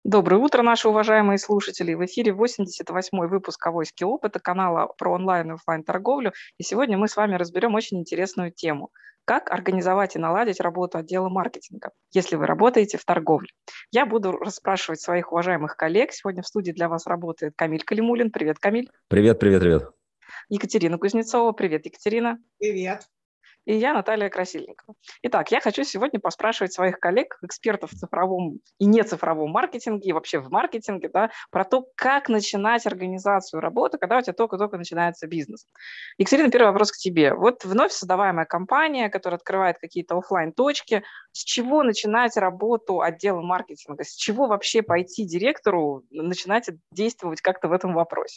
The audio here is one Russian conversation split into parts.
Доброе утро, наши уважаемые слушатели. В эфире 88-й выпуск «Авоськи опыта» канала про онлайн и оффлайн торговлю. И сегодня мы с вами разберем очень интересную тему. Как организовать и наладить работу отдела маркетинга, если вы работаете в торговле? Я буду расспрашивать своих уважаемых коллег. Сегодня в студии для вас работает Камиль Калимулин. Привет, Камиль. Привет, привет, привет. Екатерина Кузнецова. Привет, Екатерина. Привет. И я, Наталья Красильникова. Итак, я хочу сегодня поспрашивать своих коллег, экспертов в цифровом и нецифровом маркетинге, и вообще в маркетинге, да, про то, как начинать организацию работы, когда у тебя только-только начинается бизнес. Екатерина, первый вопрос к тебе. Вот вновь создаваемая компания, которая открывает какие-то офлайн-точки, с чего начинать работу отдела маркетинга? С чего вообще пойти директору начинать действовать как-то в этом вопросе?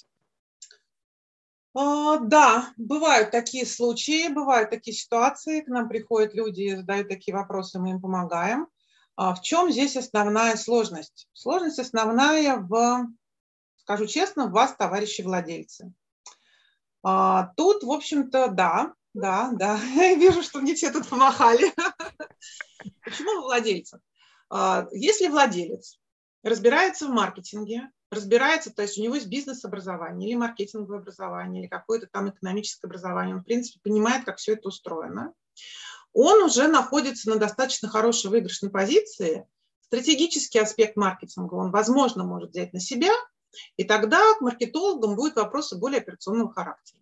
Да, бывают такие случаи, бывают такие ситуации. К нам приходят люди, задают такие вопросы, мы им помогаем. В чем здесь основная сложность? Сложность основная скажу честно, в вас, товарищи владельцы. Тут, в общем-то, да, вижу, что мне все тут помахали. Почему владельцы? Если владелец разбирается в маркетинге, то есть у него есть бизнес-образование или маркетинговое образование, или какое-то там экономическое образование, он, в принципе, понимает, как все это устроено, он уже находится на достаточно хорошей выигрышной позиции. Стратегический аспект маркетинга он, возможно, может взять на себя, и тогда к маркетологам будут вопросы более операционного характера.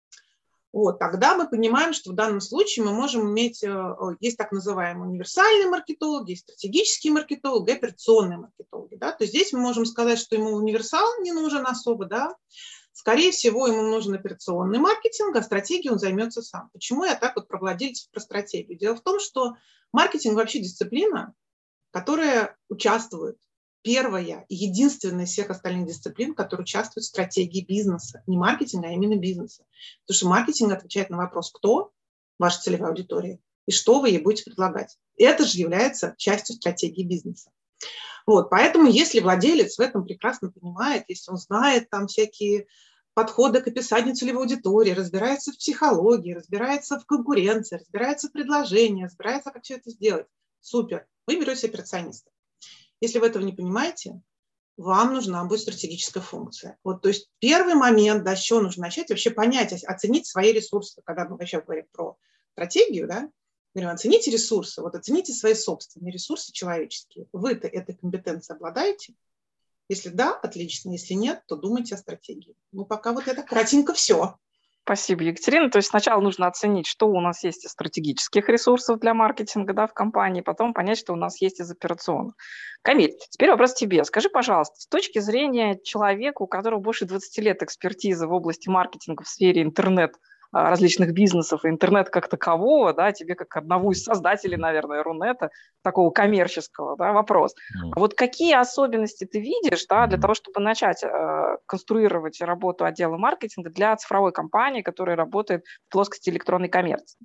Тогда мы понимаем, что в данном случае мы можем иметь, есть так называемые универсальные маркетологи, есть стратегические маркетологи, операционные маркетологи. Да? То есть здесь мы можем сказать, что ему универсал не нужен особо, да? Скорее всего, ему нужен операционный маркетинг, а стратегией он займется сам. Почему я так вот про владельцев, про стратегию? Дело в том, что маркетинг вообще дисциплина, которая участвует, первая и единственная из всех остальных дисциплин, которая участвует в стратегии бизнеса. Не маркетинга, а именно бизнеса. Потому что маркетинг отвечает на вопрос, кто ваша целевая аудитория и что вы ей будете предлагать. Это же является частью стратегии бизнеса. Поэтому если владелец в этом прекрасно понимает, если он знает там всякие подходы к описанию целевой аудитории, разбирается в психологии, разбирается в конкуренции, разбирается в предложении, разбирается, как все это сделать, супер, вы берете операциониста. Если вы этого не понимаете, вам нужна будет стратегическая функция. То есть первый момент, с чего нужно начать, вообще понять, оценить свои ресурсы. Когда мы вообще говорим про стратегию, да, говорим, оцените ресурсы, оцените свои собственные ресурсы человеческие. Вы-то этой компетенцией обладаете? Если да, отлично. Если нет, то думайте о стратегии. Пока это кратенько все. Спасибо, Екатерина. То есть сначала нужно оценить, что у нас есть из стратегических ресурсов для маркетинга, да, в компании, потом понять, что у нас есть из операционных. Камиль, теперь вопрос тебе. Скажи, пожалуйста, с точки зрения человека, у которого больше 20 лет экспертизы в области маркетинга в сфере интернет, различных бизнесов и интернет как такового, да, тебе как одного из создателей, наверное, Рунета, такого коммерческого, да, вопрос. Какие особенности ты видишь, да, для того, чтобы начать конструировать работу отдела маркетинга для цифровой компании, которая работает в плоскости электронной коммерции?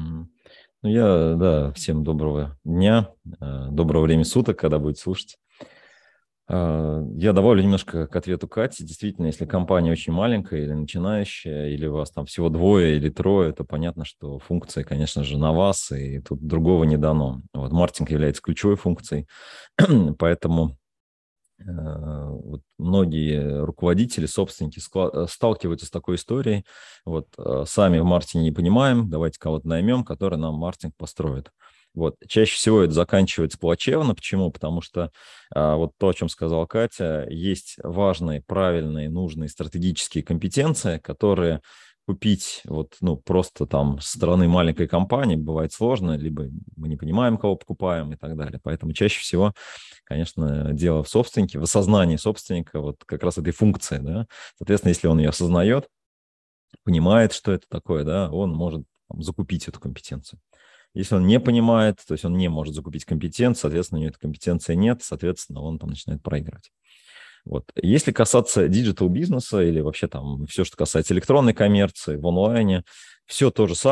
Всем доброго дня, доброго времени суток, когда будет слушать. Я добавлю немножко к ответу Кати. Действительно, если компания очень маленькая или начинающая, или у вас там всего двое или трое, то понятно, что функция, конечно же, на вас, и тут другого не дано. Маркетинг является ключевой функцией, поэтому многие руководители, собственники сталкиваются с такой историей. Сами в маркетинге не понимаем, давайте кого-то наймем, который нам маркетинг построит. Чаще всего это заканчивается плачевно. Почему? Потому что то, о чем сказала Катя, есть важные, правильные, нужные стратегические компетенции, которые купить просто там со стороны маленькой компании бывает сложно, либо мы не понимаем, кого покупаем и так далее. Поэтому чаще всего, конечно, дело в собственнике, в осознании собственника как раз этой функции. Да? Соответственно, если он ее осознает, понимает, что это такое, да, он может закупить эту компетенцию. Если он не понимает, то есть он не может закупить компетенцию, соответственно, у него этой компетенции нет, соответственно, он там начинает проигрывать. Если касаться диджитал-бизнеса или вообще там все, что касается электронной коммерции в онлайне, все то же самое.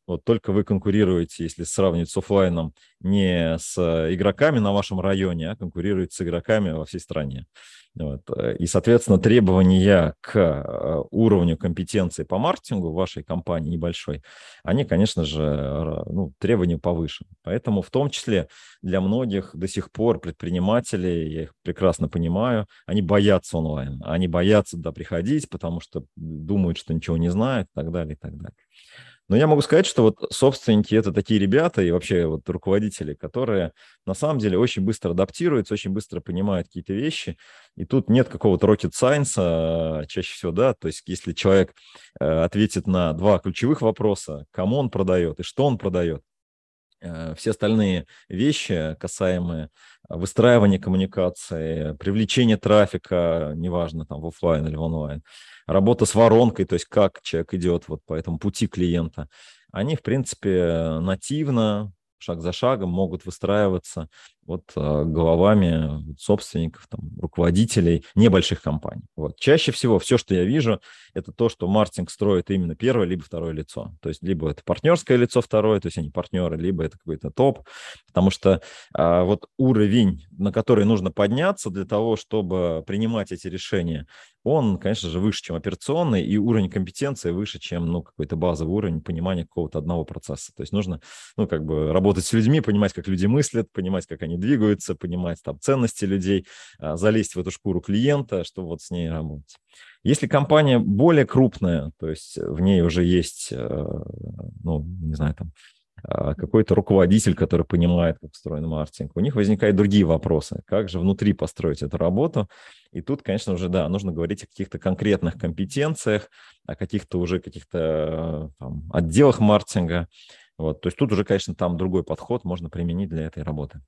Вот только вы конкурируете, если сравнивать с офлайном, не с игроками на вашем районе, а конкурируете с игроками во всей стране. Вот. И, соответственно, требования к уровню компетенции по маркетингу в вашей компании небольшой, они, конечно же, требования повыше. Поэтому в том числе для многих до сих пор предпринимателей, я их прекрасно понимаю, они боятся онлайн, они боятся туда приходить, потому что думают, что ничего не знают и так далее, и так далее. Но я могу сказать, что вот собственники – это такие ребята и вообще вот руководители, которые на самом деле очень быстро адаптируются, очень быстро понимают какие-то вещи. И тут нет какого-то rocket science чаще всего, да, то есть если человек ответит на два ключевых вопроса, кому он продает и что он продает, все остальные вещи, касаемые выстраивания коммуникации, привлечения трафика, неважно, там в офлайн или в онлайн, работа с воронкой, то есть как человек идет вот по этому пути клиента, они, в принципе, нативно, шаг за шагом могут выстраиваться вот головами собственников, там, руководителей небольших компаний. Вот. Чаще всего все, что я вижу, это то, что маркетинг строит именно первое либо второе лицо. То есть либо это партнерское лицо второе, то есть они партнеры, либо это какой-то топ. Потому что вот уровень, на который нужно подняться для того, чтобы принимать эти решения, он, конечно же, выше, чем операционный, и уровень компетенции выше, чем какой-то базовый уровень понимания какого-то одного процесса. То есть нужно работать с людьми, понимать, как люди мыслят, понимать, как они двигаются, понимать там ценности людей, залезть в эту шкуру клиента, чтобы вот с ней работать. Если компания более крупная, то есть в ней уже есть, не знаю, там, какой-то руководитель, который понимает, как устроен маркетинг, у них возникают другие вопросы. Как же внутри построить эту работу? И тут, конечно, уже, да, нужно говорить о каких-то конкретных компетенциях, о каких-то там, отделах маркетинга. Вот. То есть тут уже, конечно, там другой подход можно применить для этой работы.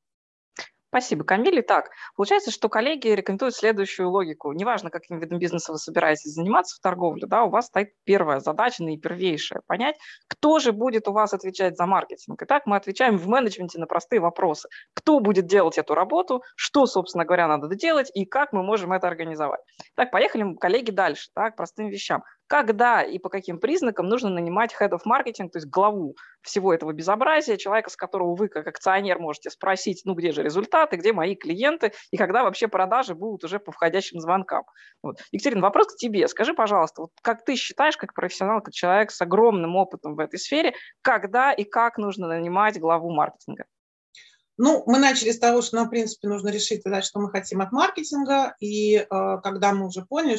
Спасибо, Камиль. Итак, получается, что коллеги рекомендуют следующую логику. Неважно, каким видом бизнеса вы собираетесь заниматься в торговле, да, у вас стоит первая задача, наипервейшая – понять, кто же будет у вас отвечать за маркетинг. Итак, мы отвечаем в менеджменте на простые вопросы. Кто будет делать эту работу, что, собственно говоря, надо делать и как мы можем это организовать. Так, поехали, коллеги, дальше, так, к простым вещам. Когда и по каким признакам нужно нанимать head of marketing, то есть главу всего этого безобразия, человека, с которого вы как акционер можете спросить, где же результаты, где мои клиенты, и когда вообще продажи будут уже по входящим звонкам. Вот. Екатерина, вопрос к тебе. Скажи, пожалуйста, вот как ты считаешь, как профессионал, как человек с огромным опытом в этой сфере, когда и как нужно нанимать главу маркетинга? Мы начали с того, что нам, в принципе, нужно решить, что мы хотим от маркетинга, и когда мы уже поняли,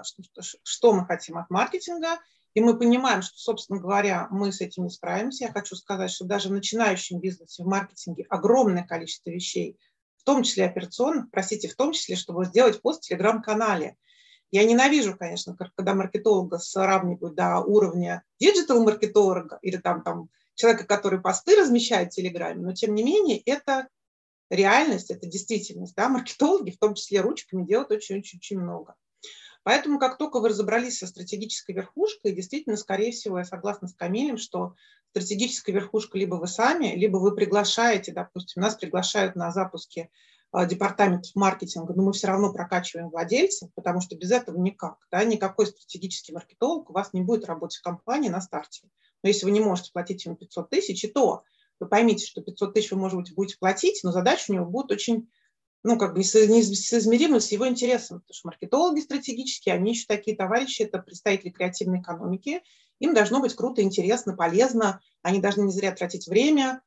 что мы хотим от маркетинга, и мы понимаем, что, собственно говоря, мы с этим не справимся, я хочу сказать, что даже в начинающем бизнесе, в маркетинге огромное количество вещей, в том числе операционных, в том числе, чтобы сделать пост в Телеграм-канале. Я ненавижу, конечно, когда маркетолога сравнивают до уровня диджитал-маркетолога или там человека, который посты размещает в Телеграме, но тем не менее это реальность, это действительность. Да? Маркетологи, в том числе ручками, делают очень-очень много. Поэтому, как только вы разобрались со стратегической верхушкой, действительно, скорее всего, я согласна с Камилем, что стратегическая верхушка либо вы сами, либо вы приглашаете, допустим, нас приглашают на запуске департаментов маркетинга, но мы все равно прокачиваем владельцев, потому что без этого никак. Да? Никакой стратегический маркетолог у вас не будет работать в компании на старте. Но если вы не можете платить ему 500 тысяч, и то вы поймите, что 500 тысяч вы, может быть, будете платить, но задача у него будет очень, несоизмеримы с его интересом, потому что маркетологи стратегические, они еще такие товарищи, это представители креативной экономики, им должно быть круто, интересно, полезно, они должны не зря тратить время,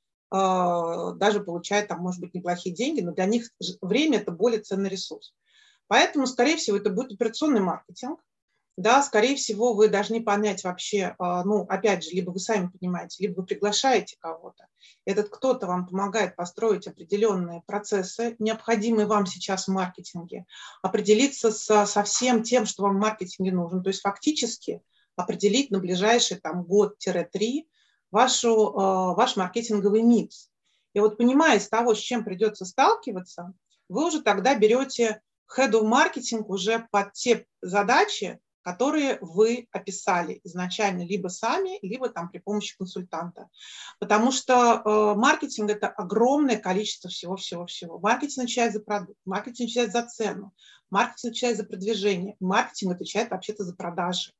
даже получать, может быть, неплохие деньги, но для них время – это более ценный ресурс. Поэтому, скорее всего, это будет операционный маркетинг. Да, скорее всего, вы должны понять вообще, опять же, либо вы сами понимаете, либо вы приглашаете кого-то. Этот кто-то вам помогает построить определенные процессы, необходимые вам сейчас в маркетинге, определиться со всем тем, что вам в маркетинге нужно. То есть фактически определить на ближайший год-3 ваш маркетинговый микс. И вот понимая из того, с чем придется сталкиваться, вы уже тогда берете head of marketing уже под те задачи, которые вы описали изначально либо сами, либо при помощи консультанта. Потому что маркетинг – это огромное количество всего-всего-всего. Маркетинг отвечает за продукт, маркетинг отвечает за цену, маркетинг отвечает за продвижение, маркетинг отвечает вообще-то за продажи.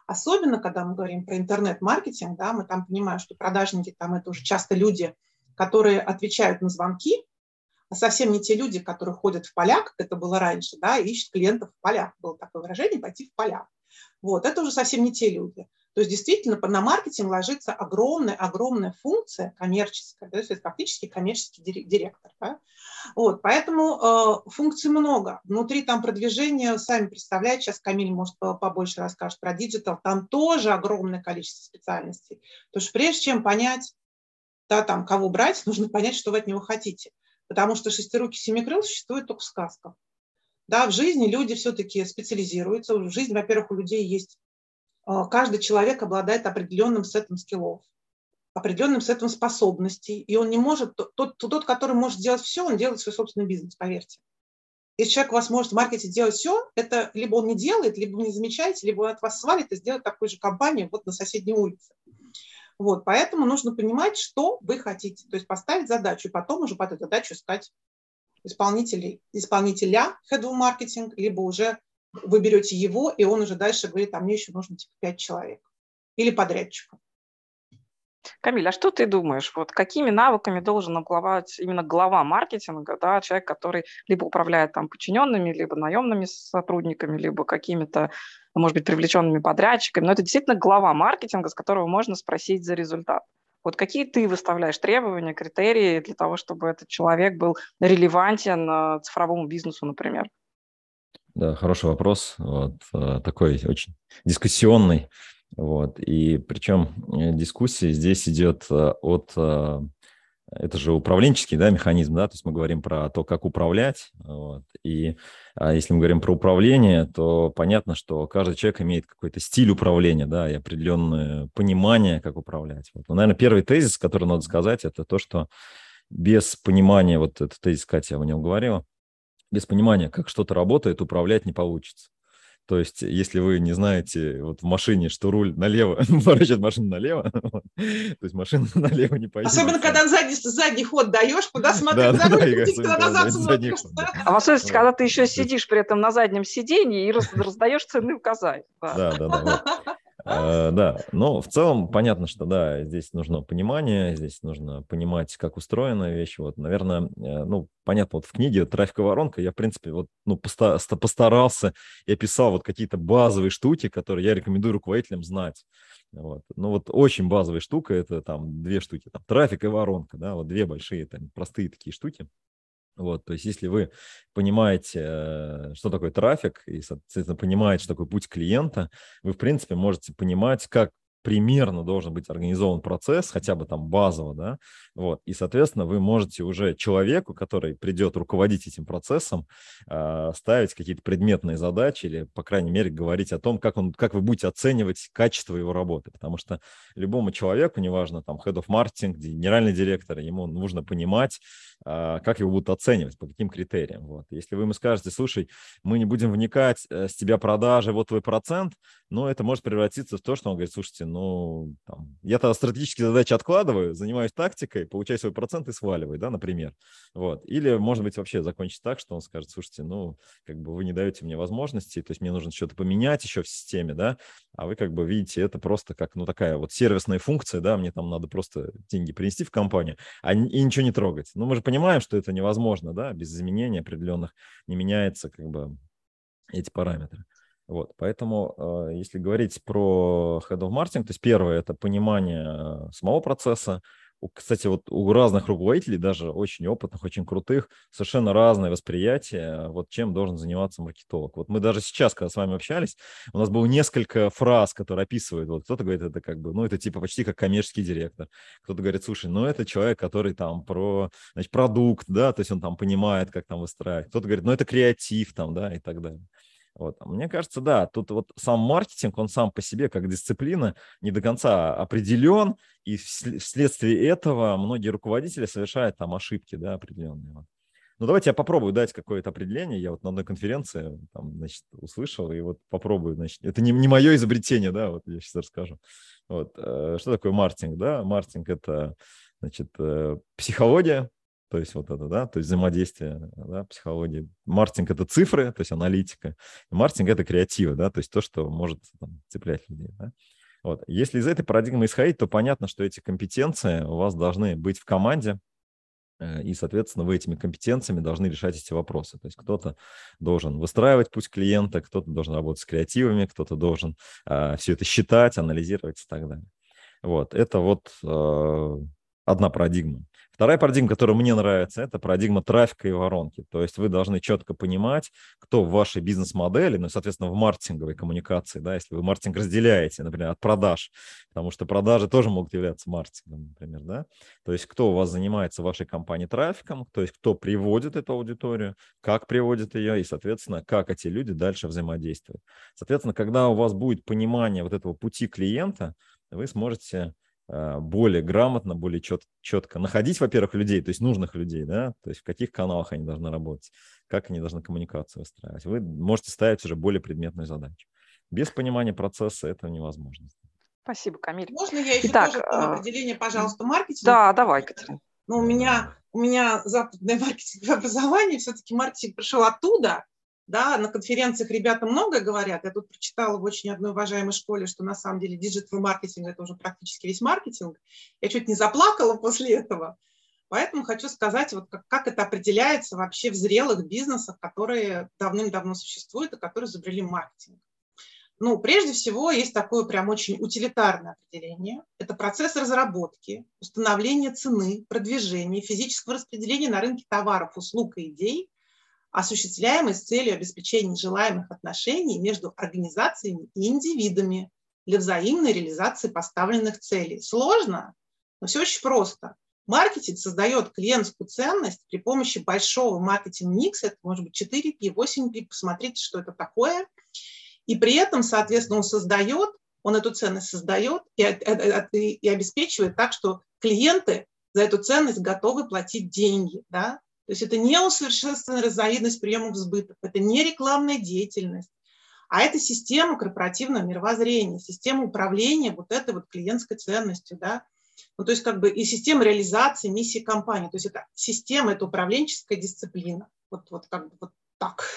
Особенно, когда мы говорим про интернет-маркетинг, да, мы там понимаем, что продажники там это уже часто люди, которые отвечают на звонки, а совсем не те люди, которые ходят в поля, как это было раньше, да, и ищут клиентов в полях. Было такое выражение «пойти в поля». Вот, это уже совсем не те люди. То есть действительно на маркетинг ложится огромная функция коммерческая, да, то есть фактически коммерческий директор. Да? Вот, поэтому функций много. Внутри там продвижения, сами представляете, сейчас Камиль, может, побольше расскажет про диджитал, там тоже огромное количество специальностей. Потому что прежде чем понять, да, там, кого брать, нужно понять, что вы от него хотите. Потому что шестирукий семикрыл существует только в сказках. Да, в жизни люди все-таки специализируются. В жизни, во-первых, у людей есть... Каждый человек обладает определенным сетом скиллов, определенным сетом способностей. И он не может... Тот, который может делать все, он делает свой собственный бизнес, поверьте. Если человек у вас может в маркете делать все, это либо он не делает, либо вы не замечаете, либо он от вас свалит и сделает такую же компанию вот на соседней улице. Вот, поэтому нужно понимать, что вы хотите. То есть поставить задачу, и потом уже под эту задачу искать исполнителя, head of marketing, либо уже вы берете его, и он уже дальше говорит, а мне еще нужно типа 5 человек. Или подрядчика. Камиль, а что ты думаешь, вот какими навыками должен обладать именно глава маркетинга, да, человек, который либо управляет там подчиненными, либо наемными сотрудниками, либо какими-то, может быть, привлеченными подрядчиками, но это действительно глава маркетинга, с которого можно спросить за результат. Вот какие ты выставляешь требования, критерии для того, чтобы этот человек был релевантен цифровому бизнесу, например? Да, хороший вопрос, вот, такой очень дискуссионный. Вот. И причем дискуссия здесь идет от, это же управленческий, да, механизм, да, то есть мы говорим про то, как управлять. Вот. И если мы говорим про управление, то понятно, что каждый человек имеет какой-то стиль управления, да, и определенное понимание, как управлять. Вот. Но, наверное, первый тезис, который надо сказать, это то, что без понимания, вот этот тезис Катя о нем говорила, без понимания, как что-то работает, управлять не получится. То есть, если вы не знаете вот в машине, что руль налево, поворачивает машину налево, то есть машина налево не поедет. Особенно, когда задний ход даешь, куда смотреть за руль, когда назад смотришь. А в особенности, когда ты еще сидишь при этом на заднем сиденье и раздаешь ценные указания. Да. Да, но в целом понятно, что да, здесь нужно понимание, здесь нужно понимать, как устроена вещь. Вот, наверное, ну, понятно, вот в книге «Трафиковая воронка» я, в принципе, вот, ну, постарался и описал вот какие-то базовые штуки, которые я рекомендую руководителям знать. Вот. Ну, вот очень базовая штука – это там 2 штуки, там, трафик и воронка, да, вот 2 большие, там, простые такие штуки. Вот, то есть если вы понимаете, что такое трафик, и, соответственно, понимаете, что такое путь клиента, вы, в принципе, можете понимать, как примерно должен быть организован процесс, хотя бы там базово, да, вот, и, соответственно, вы можете уже человеку, который придет руководить этим процессом, ставить какие-то предметные задачи или, по крайней мере, говорить о том, как вы будете оценивать качество его работы, потому что любому человеку, неважно, там, head of marketing, генеральный директор, ему нужно понимать, как его будут оценивать, по каким критериям, вот. Если вы ему скажете, слушай, мы не будем вникать, с тебя продажи, вот твой процент, но это может превратиться в то, что он говорит, слушайте, ну, там, я тогда стратегические задачи откладываю, занимаюсь тактикой, получаю свой процент и сваливаю, да, например. Вот. Или, может быть, вообще закончить так, что он скажет, слушайте, ну, как бы вы не даете мне возможности, то есть мне нужно что-то поменять еще в системе, да, а вы как бы видите это просто как, ну, такая вот сервисная функция, да, мне там надо просто деньги принести в компанию, и ничего не трогать. Ну, мы же понимаем, что это невозможно, да, без изменений определенных не меняется как бы эти параметры. Вот, поэтому, если говорить про head of marketing, то есть первое – это понимание самого процесса. Кстати, вот у разных руководителей, даже очень опытных, очень крутых, совершенно разное восприятие, вот чем должен заниматься маркетолог. Вот мы даже сейчас, когда с вами общались, у нас было несколько фраз, которые описывают. Вот кто-то говорит, это как бы, ну, это типа почти как коммерческий директор. Кто-то говорит, слушай, ну, это человек, который там про, значит, продукт, да, то есть он там понимает, как там выстраивать. Кто-то говорит, ну, это креатив там, да, и так далее. Вот. Мне кажется, да, тут вот сам маркетинг, он сам по себе как дисциплина не до конца определен, и вследствие этого многие руководители совершают там ошибки, да, определенные. Ну, давайте я попробую дать какое-то определение. Я вот на одной конференции там, значит, услышал, и вот попробую, значит, это не мое изобретение, да, вот я сейчас расскажу. Вот. Что такое маркетинг, да? Маркетинг – это, значит, психология, то есть вот это, да, то есть взаимодействие, да, психологии. Маркетинг – это цифры, то есть аналитика. И маркетинг – это креативы, да, то есть то, что может там цеплять людей, да. Вот. Если из этой парадигмы исходить, то понятно, что эти компетенции у вас должны быть в команде, и, соответственно, вы этими компетенциями должны решать эти вопросы. То есть кто-то должен выстраивать путь клиента, кто-то должен работать с креативами, кто-то должен все это считать, анализировать и так далее. Вот. Это вот одна парадигма. Вторая парадигма, которая мне нравится, это парадигма трафика и воронки. То есть вы должны четко понимать, кто в вашей бизнес-модели, ну, соответственно, в маркетинговой коммуникации, да, если вы маркетинг разделяете, например, от продаж, потому что продажи тоже могут являться маркетингом, например, да. То есть кто у вас занимается в вашей компании трафиком, то есть кто приводит эту аудиторию, как приводит ее и, соответственно, как эти люди дальше взаимодействуют. Соответственно, когда у вас будет понимание вот этого пути клиента, вы сможете более грамотно, более четко находить, во-первых, людей, то есть нужных людей, да, то есть в каких каналах они должны работать, как они должны коммуникацию выстраивать. Вы можете ставить уже более предметную задачу. Без понимания процесса это невозможно. Спасибо, Камиль. Можно я еще Итак, тоже определение, пожалуйста, маркетинга? Да, давай, Катерина. Ну, у меня западное маркетинговое образование, все-таки маркетинг пришел оттуда. Да, на конференциях ребята многое говорят. Я тут прочитала в очень одной уважаемой школе, что на самом деле диджитал-маркетинг – это уже практически весь маркетинг. Я чуть не заплакала после этого. Поэтому хочу сказать, вот как это определяется вообще в зрелых бизнесах, которые давным-давно существуют и которые изобрели маркетинг. Ну, прежде всего, есть такое прям очень утилитарное определение. Это процесс разработки, установления цены, продвижения, физического распределения на рынке товаров, услуг и идей, осуществляемый с целью обеспечения желаемых отношений между организациями и индивидами для взаимной реализации поставленных целей. Сложно, но все очень просто. Маркетинг создает клиентскую ценность при помощи большого маркетинг-микса, это может быть 4P, 8P, посмотрите, что это такое. И при этом, соответственно, он эту ценность создает и обеспечивает так, что клиенты за эту ценность готовы платить деньги, да? То есть это не усовершенствованная разновидность приемов сбытов, это не рекламная деятельность, а это система корпоративного мировоззрения, система управления вот этой вот клиентской ценностью, да. Ну, то есть как бы и система реализации миссии компании, то есть это система, это управленческая дисциплина, вот как бы вот так.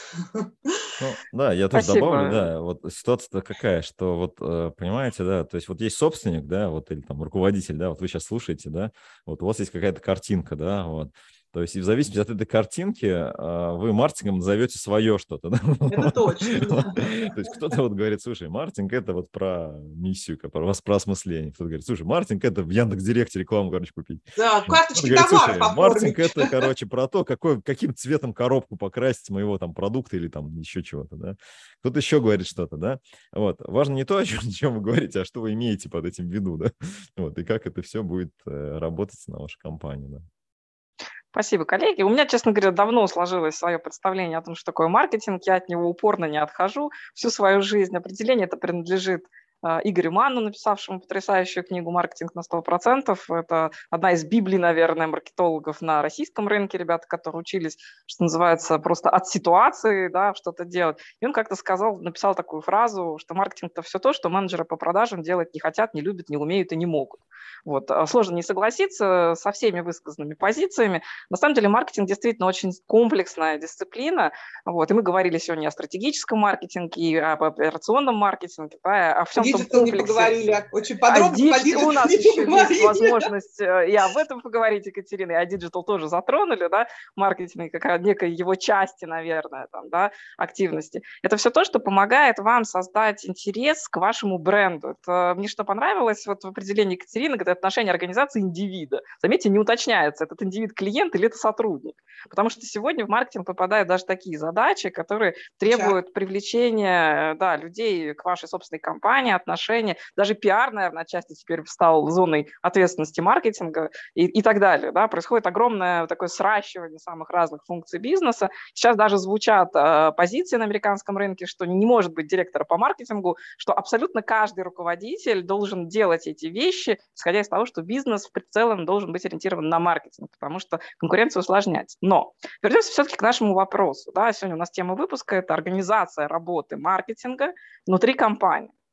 Ну, да, я тоже добавлю, да, вот ситуация-то какая, что вот, понимаете, да, то есть вот есть собственник, да, вот, или там руководитель, да, вот вы сейчас слушаете, да, вот у вас есть какая-то картинка, да, вот, то есть и в зависимости от этой картинки вы маркетингом назовете свое что-то, да? Это точно, да. То есть кто-то вот говорит, слушай, маркетинг – это вот про миссию, про осмысление. Кто-то говорит, слушай, маркетинг – это в Яндекс.Директе рекламу, короче, купить. Да, карточки говорит, товаров слушай, маркетинг – это, короче, про то, каким цветом коробку покрасить моего там продукта или там еще чего-то, да? Кто-то еще говорит что-то, да? Вот. Важно не то, о чем вы говорите, а что вы имеете под этим в виду, да? Вот. И как это все будет работать на вашей компании, да? Спасибо, коллеги. У меня, честно говоря, давно сложилось свое представление о том, что такое маркетинг. Я от него упорно не отхожу всю свою жизнь. Определение это принадлежит Игорю Манну, написавшему потрясающую книгу «Маркетинг на 100%». Это одна из библий, наверное, маркетологов на российском рынке, ребята, которые учились, что называется, просто от ситуации, да, что-то делать. И он как-то написал такую фразу, что маркетинг – это все то, что менеджеры по продажам делать не хотят, не любят, не умеют и не могут. Вот. Сложно не согласиться со всеми высказанными позициями. На самом деле маркетинг действительно очень комплексная дисциплина. Вот. И мы говорили сегодня о стратегическом маркетинге, и об операционном маркетинге, да, о всем том комплексе. Не поговорили очень подробно. У нас еще есть возможность и об этом поговорить, Екатерина, и о диджитал тоже затронули, да, маркетинг, как некой его части, наверное, там, да, активности. Это все то, что помогает вам создать интерес к вашему бренду. Это, мне что понравилось вот в определении Екатерины, это отношение организации индивида. Заметьте, не уточняется, этот индивид клиент или это сотрудник. Потому что сегодня в маркетинг попадают даже такие задачи, которые требуют привлечения, да, людей к вашей собственной компании, отношения. Даже пиар, наверное, отчасти теперь стал зоной ответственности маркетинга и так далее. Да. Происходит огромное такое сращивание самых разных функций бизнеса. Сейчас даже звучат позиции на американском рынке, что не может быть директора по маркетингу, что абсолютно каждый руководитель должен делать эти вещи, исходя из того, что бизнес в целом должен быть ориентирован на маркетинг, потому что конкуренция усложняется. Но вернемся все-таки к нашему вопросу. Да. Сегодня у нас тема выпуска – это организация работы маркетинга внутри компании.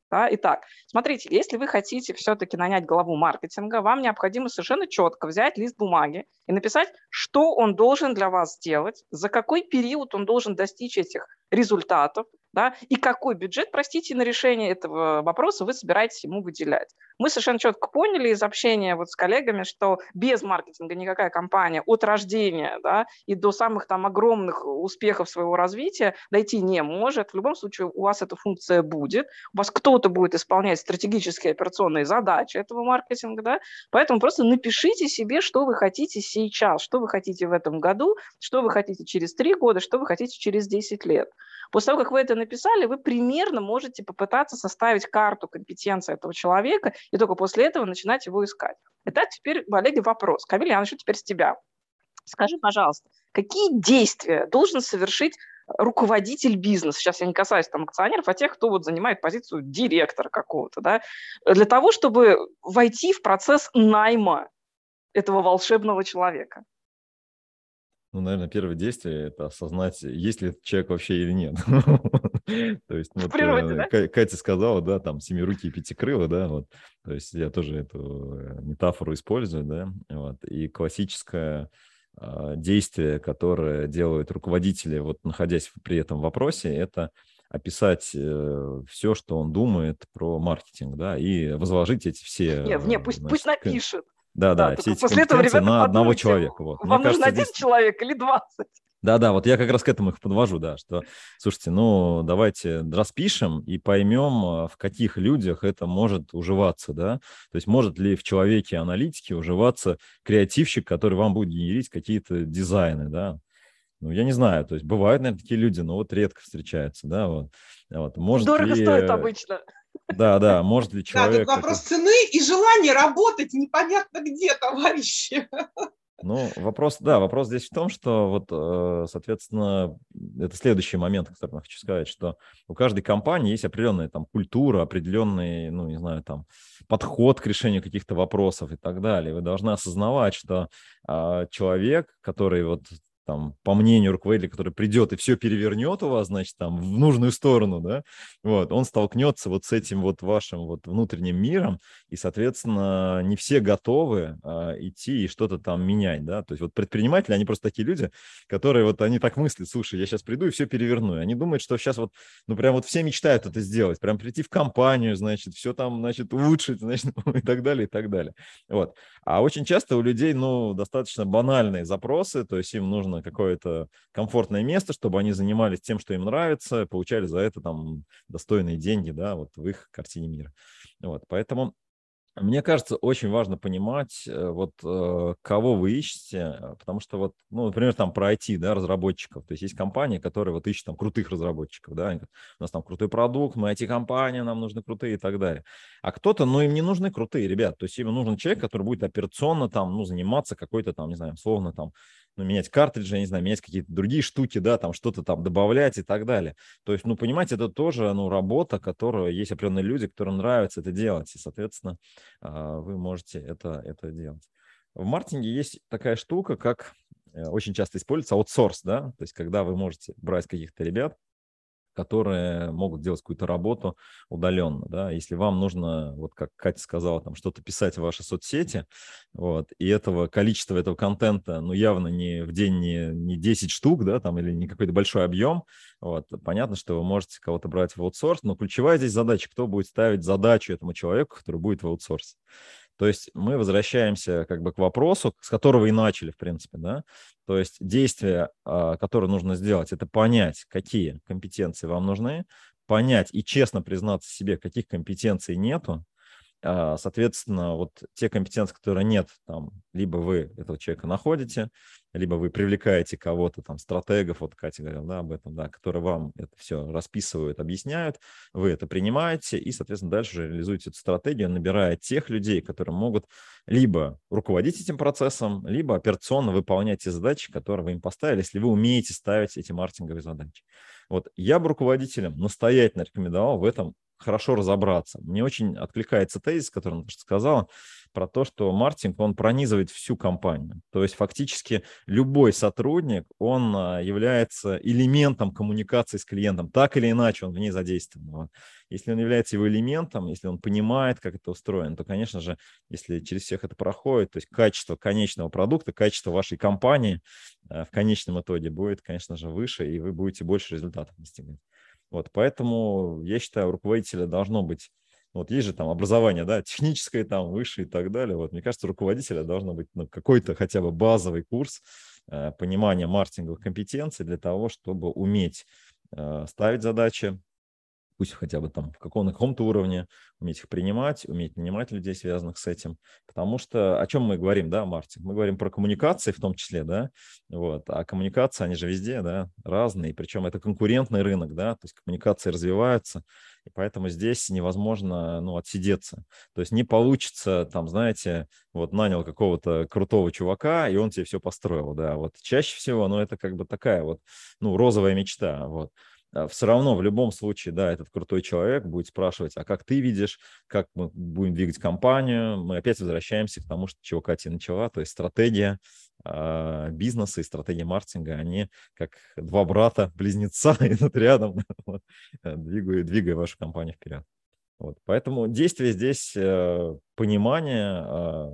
Да? Итак, смотрите, если вы хотите все-таки нанять главу маркетинга, вам необходимо совершенно четко взять лист бумаги и написать, что он должен для вас сделать, за какой период он должен достичь этих результатов, да, и какой бюджет, простите, на решение этого вопроса вы собираетесь ему выделять. Мы совершенно четко поняли из общения вот с коллегами, что без маркетинга никакая компания от рождения, да, и до самых там огромных успехов своего развития дойти не может. В любом случае у вас эта функция будет, у вас кто-то будет исполнять стратегические операционные задачи этого маркетинга, да, поэтому просто напишите себе, что вы хотите сейчас, что вы хотите в этом году, что вы хотите через 3 года, что вы хотите через 10 лет. После того, как вы это написали, вы примерно можете попытаться составить карту компетенции этого человека и только после этого начинать его искать. Итак, теперь, Олег, вопрос. Камиль, я начну теперь с тебя. Скажи, пожалуйста, какие действия должен совершить руководитель бизнеса, сейчас я не касаюсь там акционеров, а тех, кто вот занимает позицию директора какого-то, да, для того, чтобы войти в процесс найма этого волшебного человека? Ну, наверное, первое действие – это осознать, есть ли этот человек вообще или нет. То есть, В природе, да? Катя сказала, да, там, семирукий и пятикрылый, да, вот. То есть я тоже эту метафору использую, да, вот. И классическое действие, которое делают руководители, вот находясь при этом вопросе, это описать все, что он думает про маркетинг, да, и возложить эти все, Нет, пусть напишет. Да, все эти После этого, компетенции ребята, на одного подумайте, человека. Вот. вам нужен один человек или 20? Да, вот я как раз к этому их подвожу, да, что, слушайте, ну, давайте распишем и поймем, в каких людях это может уживаться, да, то есть может ли в человеке-аналитике уживаться креативщик, который вам будет генерить какие-то дизайны, да. Ну, я не знаю, то есть бывают, наверное, такие люди, но вот редко встречаются, да, вот. Может дорого ли... стоит обычно. Да, может ли человек... Да, тут вопрос цены и желания работать непонятно где, товарищи. Ну, вопрос здесь в том, что вот, соответственно, это следующий момент, который я хочу сказать, что у каждой компании есть определенная там культура, определенный, ну, не знаю, там подход к решению каких-то вопросов и так далее. Вы должны осознавать, что человек, который вот там, по мнению руководителя, который придет и все перевернет у вас, значит, там, в нужную сторону, да, вот, он столкнется вот с этим вот вашим вот внутренним миром, и, соответственно, не все готовы идти и что-то там менять, да, то есть вот предприниматели, они просто такие люди, которые вот, они так мыслят, слушай, я сейчас приду и все переверну, и они думают, что сейчас вот, ну, прям вот все мечтают это сделать, прям прийти в компанию, значит, все там, значит, улучшить, значит, и так далее, и так далее, вот. А очень часто у людей, ну, достаточно банальные запросы, то есть им нужно какое-то комфортное место, чтобы они занимались тем, что им нравится, получали за это там достойные деньги, да, вот в их картине мира. Вот, поэтому мне кажется, очень важно понимать, вот кого вы ищете, потому что вот, ну, например, там про IT, да, разработчиков, то есть есть компании, которые вот ищут там крутых разработчиков, да, они говорят, у нас там крутой продукт, мы IT-компания, нам нужны крутые и так далее. А кто-то, ну, им не нужны крутые ребята, то есть им нужен человек, который будет операционно там, ну, заниматься какой-то там, не знаю, условно там, ну, менять картриджи, я не знаю, менять какие-то другие штуки, да, там что-то там добавлять и так далее. То есть, ну, понимаете, это тоже, ну, работа, которая есть определенные люди, которым нравится это делать, и, соответственно, вы можете это делать. В маркетинге есть такая штука, как очень часто используется аутсорс, да, то есть когда вы можете брать каких-то ребят, которые могут делать какую-то работу удаленно, да, если вам нужно, вот как Катя сказала, там что-то писать в ваши соцсети, вот, и количества этого контента, ну, явно не в день не 10 штук, да, там, или не какой-то большой объем, вот, понятно, что вы можете кого-то брать в аутсорс, но ключевая здесь задача, кто будет ставить задачу этому человеку, который будет в аутсорсе. То есть мы возвращаемся как бы к вопросу, с которого и начали, в принципе, да. То есть действия, которые нужно сделать, это понять, какие компетенции вам нужны, понять и честно признаться себе, каких компетенций нету. Соответственно, вот те компетенции, которые нет, там, либо вы этого человека находите, либо вы привлекаете кого-то, там, стратегов, вот Катя говорила, да, об этом, да, которые вам это все расписывают, объясняют, вы это принимаете и, соответственно, дальше уже реализуете эту стратегию, набирая тех людей, которые могут либо руководить этим процессом, либо операционно выполнять те задачи, которые вы им поставили, если вы умеете ставить эти маркетинговые задачи. Вот я бы руководителям настоятельно рекомендовал в этом хорошо разобраться. Мне очень откликается тезис, который Наташа сказала, про то, что маркетинг, он пронизывает всю компанию. То есть фактически любой сотрудник, он является элементом коммуникации с клиентом. Так или иначе он в ней задействован. Вот. Если он является его элементом, если он понимает, как это устроено, то, конечно же, если через всех это проходит, то есть качество конечного продукта, качество вашей компании в конечном итоге будет, конечно же, выше, и вы будете больше результатов достигать. Вот, поэтому я считаю, у руководителя должно быть, вот есть же там образование, да, техническое там, высшее и так далее. Вот, мне кажется, у руководителя должно быть какой-то хотя бы базовый курс понимания маркетинговых компетенций для того, чтобы уметь ставить задачи, пусть хотя бы там в каком-то уровне, уметь их принимать, уметь нанимать людей, связанных с этим. Потому что о чем мы говорим, да, маркетинг? Мы говорим про коммуникации в том числе, да, вот, а коммуникации, они же везде, да, разные, причем это конкурентный рынок, да, то есть коммуникации развиваются, и поэтому здесь невозможно, ну, отсидеться. То есть не получится, там, знаете, вот нанял какого-то крутого чувака, и он тебе все построил, да, вот чаще всего, ну, это как бы такая вот, ну, розовая мечта, вот. Все равно в любом случае, да, этот крутой человек будет спрашивать, а как ты видишь, как мы будем двигать компанию. Мы опять возвращаемся к тому, чего Катя начала, то есть стратегия бизнеса и стратегия маркетинга, они как два брата-близнеца идут рядом, двигая вашу компанию вперед. Вот. Поэтому действие здесь понимание,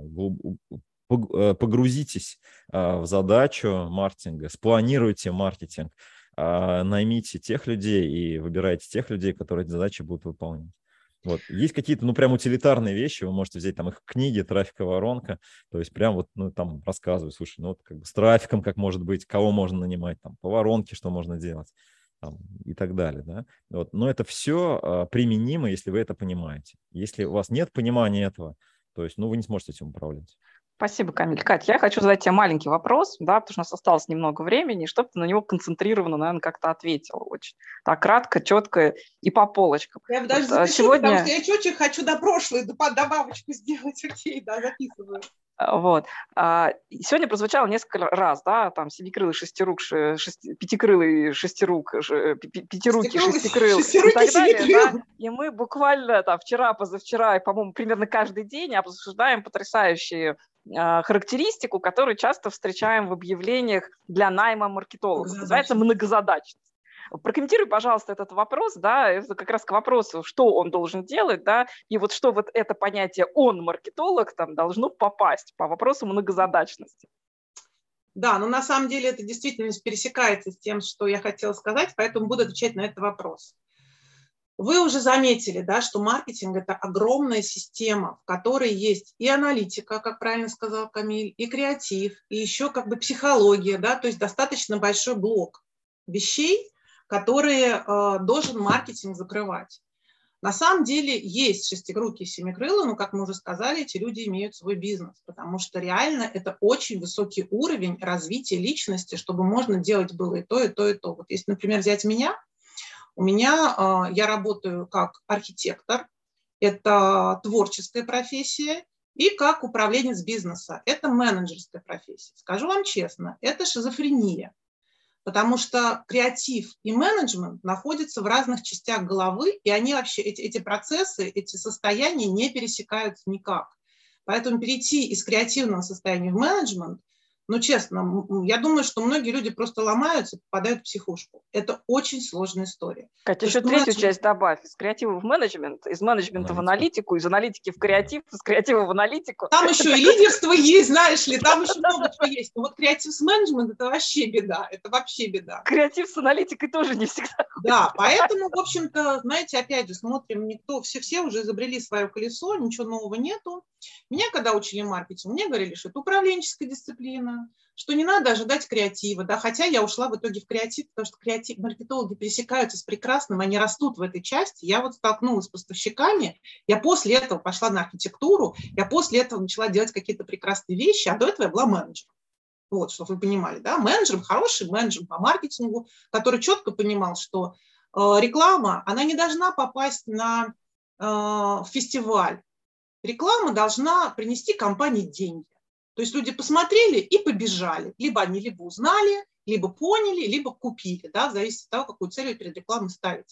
погрузитесь в задачу маркетинга, спланируйте маркетинг, наймите тех людей и выбирайте тех людей, которые эти задачи будут выполнять. Вот. Есть какие-то, ну, прям утилитарные вещи, вы можете взять там их книги, трафиковая воронка, то есть прям вот, ну, там рассказывают, слушай, ну, вот как бы с трафиком как может быть, кого можно нанимать, там, по воронке что можно делать, там, и так далее, да. Вот. Но это все применимо, если вы это понимаете. Если у вас нет понимания этого, то есть, ну, вы не сможете этим управлять. Спасибо, Камиль. Кать, я хочу задать тебе маленький вопрос, да, потому что у нас осталось немного времени, чтобы ты на него концентрированно, наверное, как-то ответила очень. Так, кратко, четко и по полочкам. Я даже запишу, сегодня... потому что я очень хочу до прошлой добавочку сделать. Окей, да, записываю. Вот. Сегодня прозвучало несколько раз, да, там семикрылый шестирук, пятикрылый шестирук, пятирукий шестикрыл и так далее. Да? И мы буквально там вчера, позавчера, и, по-моему, примерно каждый день обсуждаем потрясающие характеристику, которую часто встречаем в объявлениях для найма маркетологов. Называется многозадачность. Прокомментируй, пожалуйста, этот вопрос, да, это как раз к вопросу, что он должен делать, да, и вот что вот это понятие «он маркетолог» там должно попасть по вопросу многозадачности. Да, но на самом деле это действительно пересекается с тем, что я хотела сказать, поэтому буду отвечать на этот вопрос. Вы уже заметили, да, что маркетинг – это огромная система, в которой есть и аналитика, как правильно сказал Камиль, и креатив, и еще как бы психология, да, то есть достаточно большой блок вещей, которые должен маркетинг закрывать. На самом деле есть шестикрылые и семикрылые, но, как мы уже сказали, эти люди имеют свой бизнес, потому что реально это очень высокий уровень развития личности, чтобы можно делать было и то, и то, и то. Вот если, например, взять меня, я работаю как архитектор, это творческая профессия, и как управленец бизнеса, это менеджерская профессия. Скажу вам честно, это шизофрения. Потому что креатив и менеджмент находятся в разных частях головы, и они вообще, эти процессы, эти состояния не пересекаются никак. Поэтому перейти из креативного состояния в менеджмент, ну, честно, я думаю, что многие люди просто ломаются, попадают в психушку. Это очень сложная история. Катя, еще третью часть добавь. Из креатива в менеджмент, из менеджмента в аналитику, из аналитики в креатив, из креатива в аналитику. Там еще и лидерство есть, знаешь ли, там еще много чего есть. Но вот креатив с менеджментом – это вообще беда, это вообще беда. Креатив с аналитикой тоже не всегда. Да, поэтому, в общем-то, знаете, опять же, смотрим, все уже изобрели свое колесо, ничего нового нету. Меня, когда учили маркетинг, мне говорили, что это управленческая дисциплина, что не надо ожидать креатива, да, хотя я ушла в итоге в креатив, потому что маркетологи пересекаются с прекрасным, они растут в этой части. Я вот столкнулась с поставщиками, я после этого пошла на архитектуру, я после этого начала делать какие-то прекрасные вещи, а до этого я была менеджером. Вот, чтобы вы понимали, да, менеджером, хороший менеджером по маркетингу, который четко понимал, что реклама, она не должна попасть на фестиваль. Реклама должна принести компании деньги. То есть люди посмотрели и побежали. Либо они либо узнали, либо поняли, либо купили, да, в зависимости от того, какую цель вы перед рекламой ставите.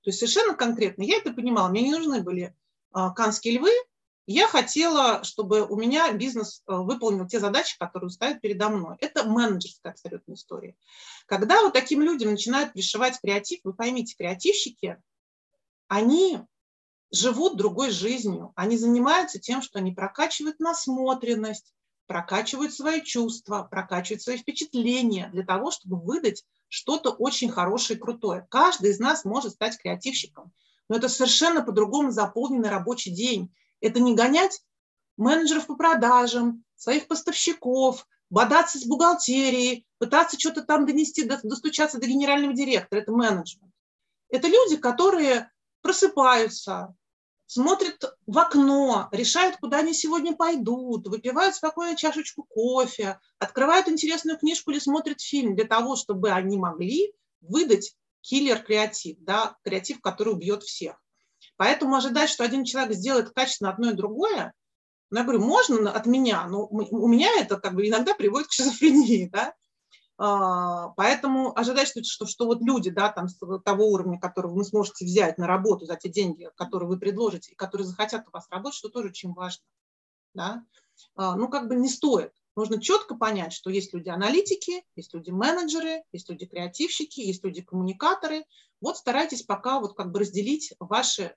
То есть совершенно конкретно я это понимала. Мне не нужны были канские львы. Я хотела, чтобы у меня бизнес выполнил те задачи, которые ставят передо мной. Это менеджерская абсолютно история. Когда вот таким людям начинают пришивать креатив, вы поймите, креативщики, они живут другой жизнью. Они занимаются тем, что они прокачивают насмотренность, прокачивают свои чувства, прокачивают свои впечатления для того, чтобы выдать что-то очень хорошее и крутое. Каждый из нас может стать креативщиком, но это совершенно по-другому заполненный рабочий день. Это не гонять менеджеров по продажам, своих поставщиков, бодаться с бухгалтерией, пытаться что-то там донести, достучаться до генерального директора. Это менеджмент. Это люди, которые просыпаются, смотрят в окно, решают, куда они сегодня пойдут, выпивают спокойно чашечку кофе, открывают интересную книжку или смотрят фильм для того, чтобы они могли выдать киллер-креатив, да, креатив, который убьет всех. Поэтому ожидать, что один человек сделает качественно одно и другое, ну, я говорю, можно от меня, но у меня это как бы иногда приводит к шизофрении, да. Поэтому ожидать, что вот люди, да, там, с того уровня, которого вы сможете взять на работу за те деньги, которые вы предложите, и которые захотят у вас работать, что тоже очень важно. Да? Ну, как бы не стоит. Нужно четко понять, что есть люди-аналитики, есть люди-менеджеры, есть люди-креативщики, есть люди-коммуникаторы. Вот старайтесь пока вот как бы разделить ваши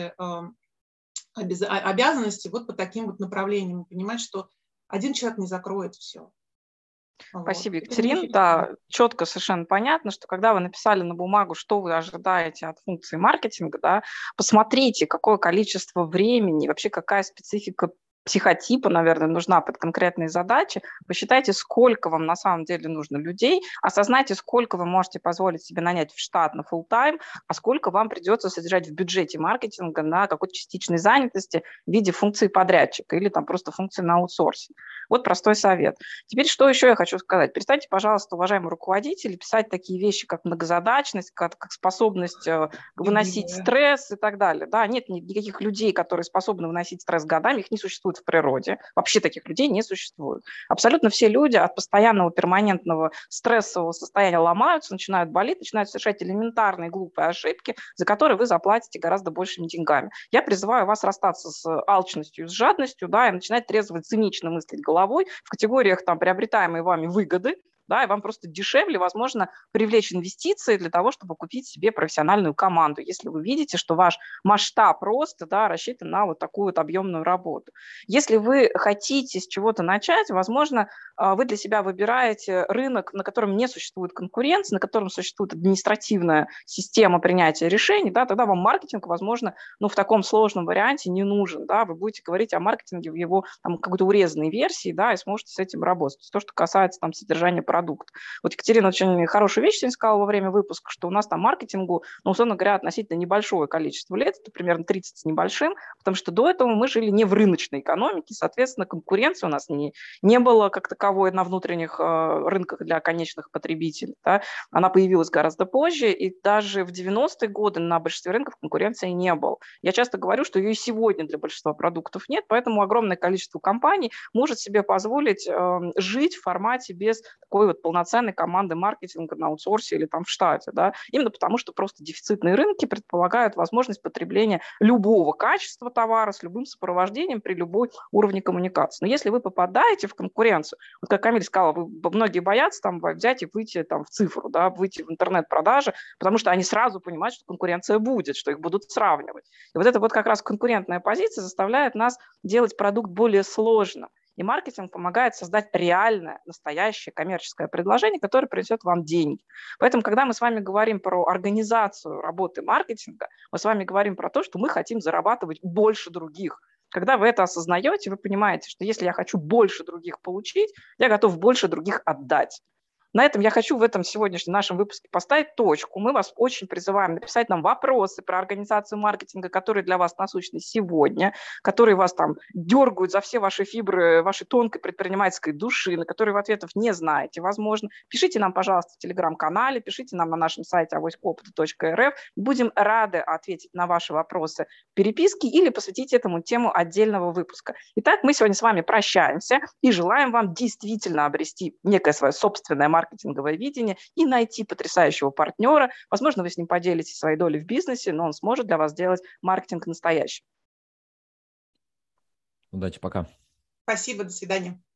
обязанности вот по таким вот направлениям и понимать, что один человек не закроет все. Спасибо, Екатерина. Да, четко совершенно понятно, что когда вы написали на бумагу, что вы ожидаете от функции маркетинга, да, посмотрите, какое количество времени, вообще какая специфика психотипа, наверное, нужна под конкретные задачи. Посчитайте, сколько вам на самом деле нужно людей, осознайте, сколько вы можете позволить себе нанять в штат на full-time, а сколько вам придется содержать в бюджете маркетинга на какой-то частичной занятости в виде функции подрядчика или там просто функции на аутсорсе. Вот простой совет. Теперь что еще я хочу сказать? Перестаньте, пожалуйста, уважаемые руководители, писать такие вещи, как многозадачность, как способность выносить стресс и так далее. Да, нет никаких людей, которые способны выносить стресс годами, их не существует в природе. Вообще таких людей не существует. Абсолютно все люди от постоянного перманентного стрессового состояния ломаются, начинают болеть, начинают совершать элементарные глупые ошибки, за которые вы заплатите гораздо большими деньгами. Я призываю вас расстаться с алчностью, с жадностью, да, и начинать трезво и цинично мыслить головой в категориях там приобретаемой вами выгоды, да, и вам просто дешевле, возможно, привлечь инвестиции для того, чтобы купить себе профессиональную команду, если вы видите, что ваш масштаб роста, да, рассчитан на вот такую вот объемную работу. Если вы хотите с чего-то начать, возможно, вы для себя выбираете рынок, на котором не существует конкуренции, на котором существует административная система принятия решений, да, тогда вам маркетинг, возможно, ну, в таком сложном варианте не нужен, да, вы будете говорить о маркетинге в его там, какой-то урезанной версии, да, и сможете с этим работать. То, что касается там содержания продукт. Вот Екатерина очень хорошую вещь сегодня сказала во время выпуска, что у нас там маркетингу, ну, условно говоря, относительно небольшое количество лет, это примерно 30 с небольшим, потому что до этого мы жили не в рыночной экономике, соответственно, конкуренции у нас не было как таковой на внутренних рынках для конечных потребителей. Да? Она появилась гораздо позже, и даже в 90-е годы на большинстве рынков конкуренции не было. Я часто говорю, что ее и сегодня для большинства продуктов нет, поэтому огромное количество компаний может себе позволить жить в формате без такой вот полноценной команды маркетинга на аутсорсе или там в штате, да, именно потому что просто дефицитные рынки предполагают возможность потребления любого качества товара с любым сопровождением при любой уровне коммуникации. Но если вы попадаете в конкуренцию, вот как Камиль сказала, многие боятся там взять и выйти там в цифру, да, выйти в интернет-продажи, потому что они сразу понимают, что конкуренция будет, что их будут сравнивать. И вот эта вот как раз конкурентная позиция заставляет нас делать продукт более сложным. И маркетинг помогает создать реальное, настоящее коммерческое предложение, которое принесет вам деньги. Поэтому, когда мы с вами говорим про организацию работы маркетинга, мы с вами говорим про то, что мы хотим зарабатывать больше других. Когда вы это осознаете, вы понимаете, что если я хочу больше других получить, я готов больше других отдать. На этом я хочу в этом сегодняшнем нашем выпуске поставить точку. Мы вас очень призываем написать нам вопросы про организацию маркетинга, которые для вас насущны сегодня, которые вас там дергают за все ваши фибры, вашей тонкой предпринимательской души, на которые вы ответов не знаете, возможно. Пишите нам, пожалуйста, в телеграм-канале, пишите нам на нашем сайте авоськопыта.рф. Будем рады ответить на ваши вопросы в переписке или посвятить этому тему отдельного выпуска. Итак, мы сегодня с вами прощаемся и желаем вам действительно обрести некое свое собственное маркетинговое маркетинговое видение и найти потрясающего партнера. Возможно, вы с ним поделитесь своей долей в бизнесе, но он сможет для вас сделать маркетинг настоящий. Удачи, пока. Спасибо, до свидания.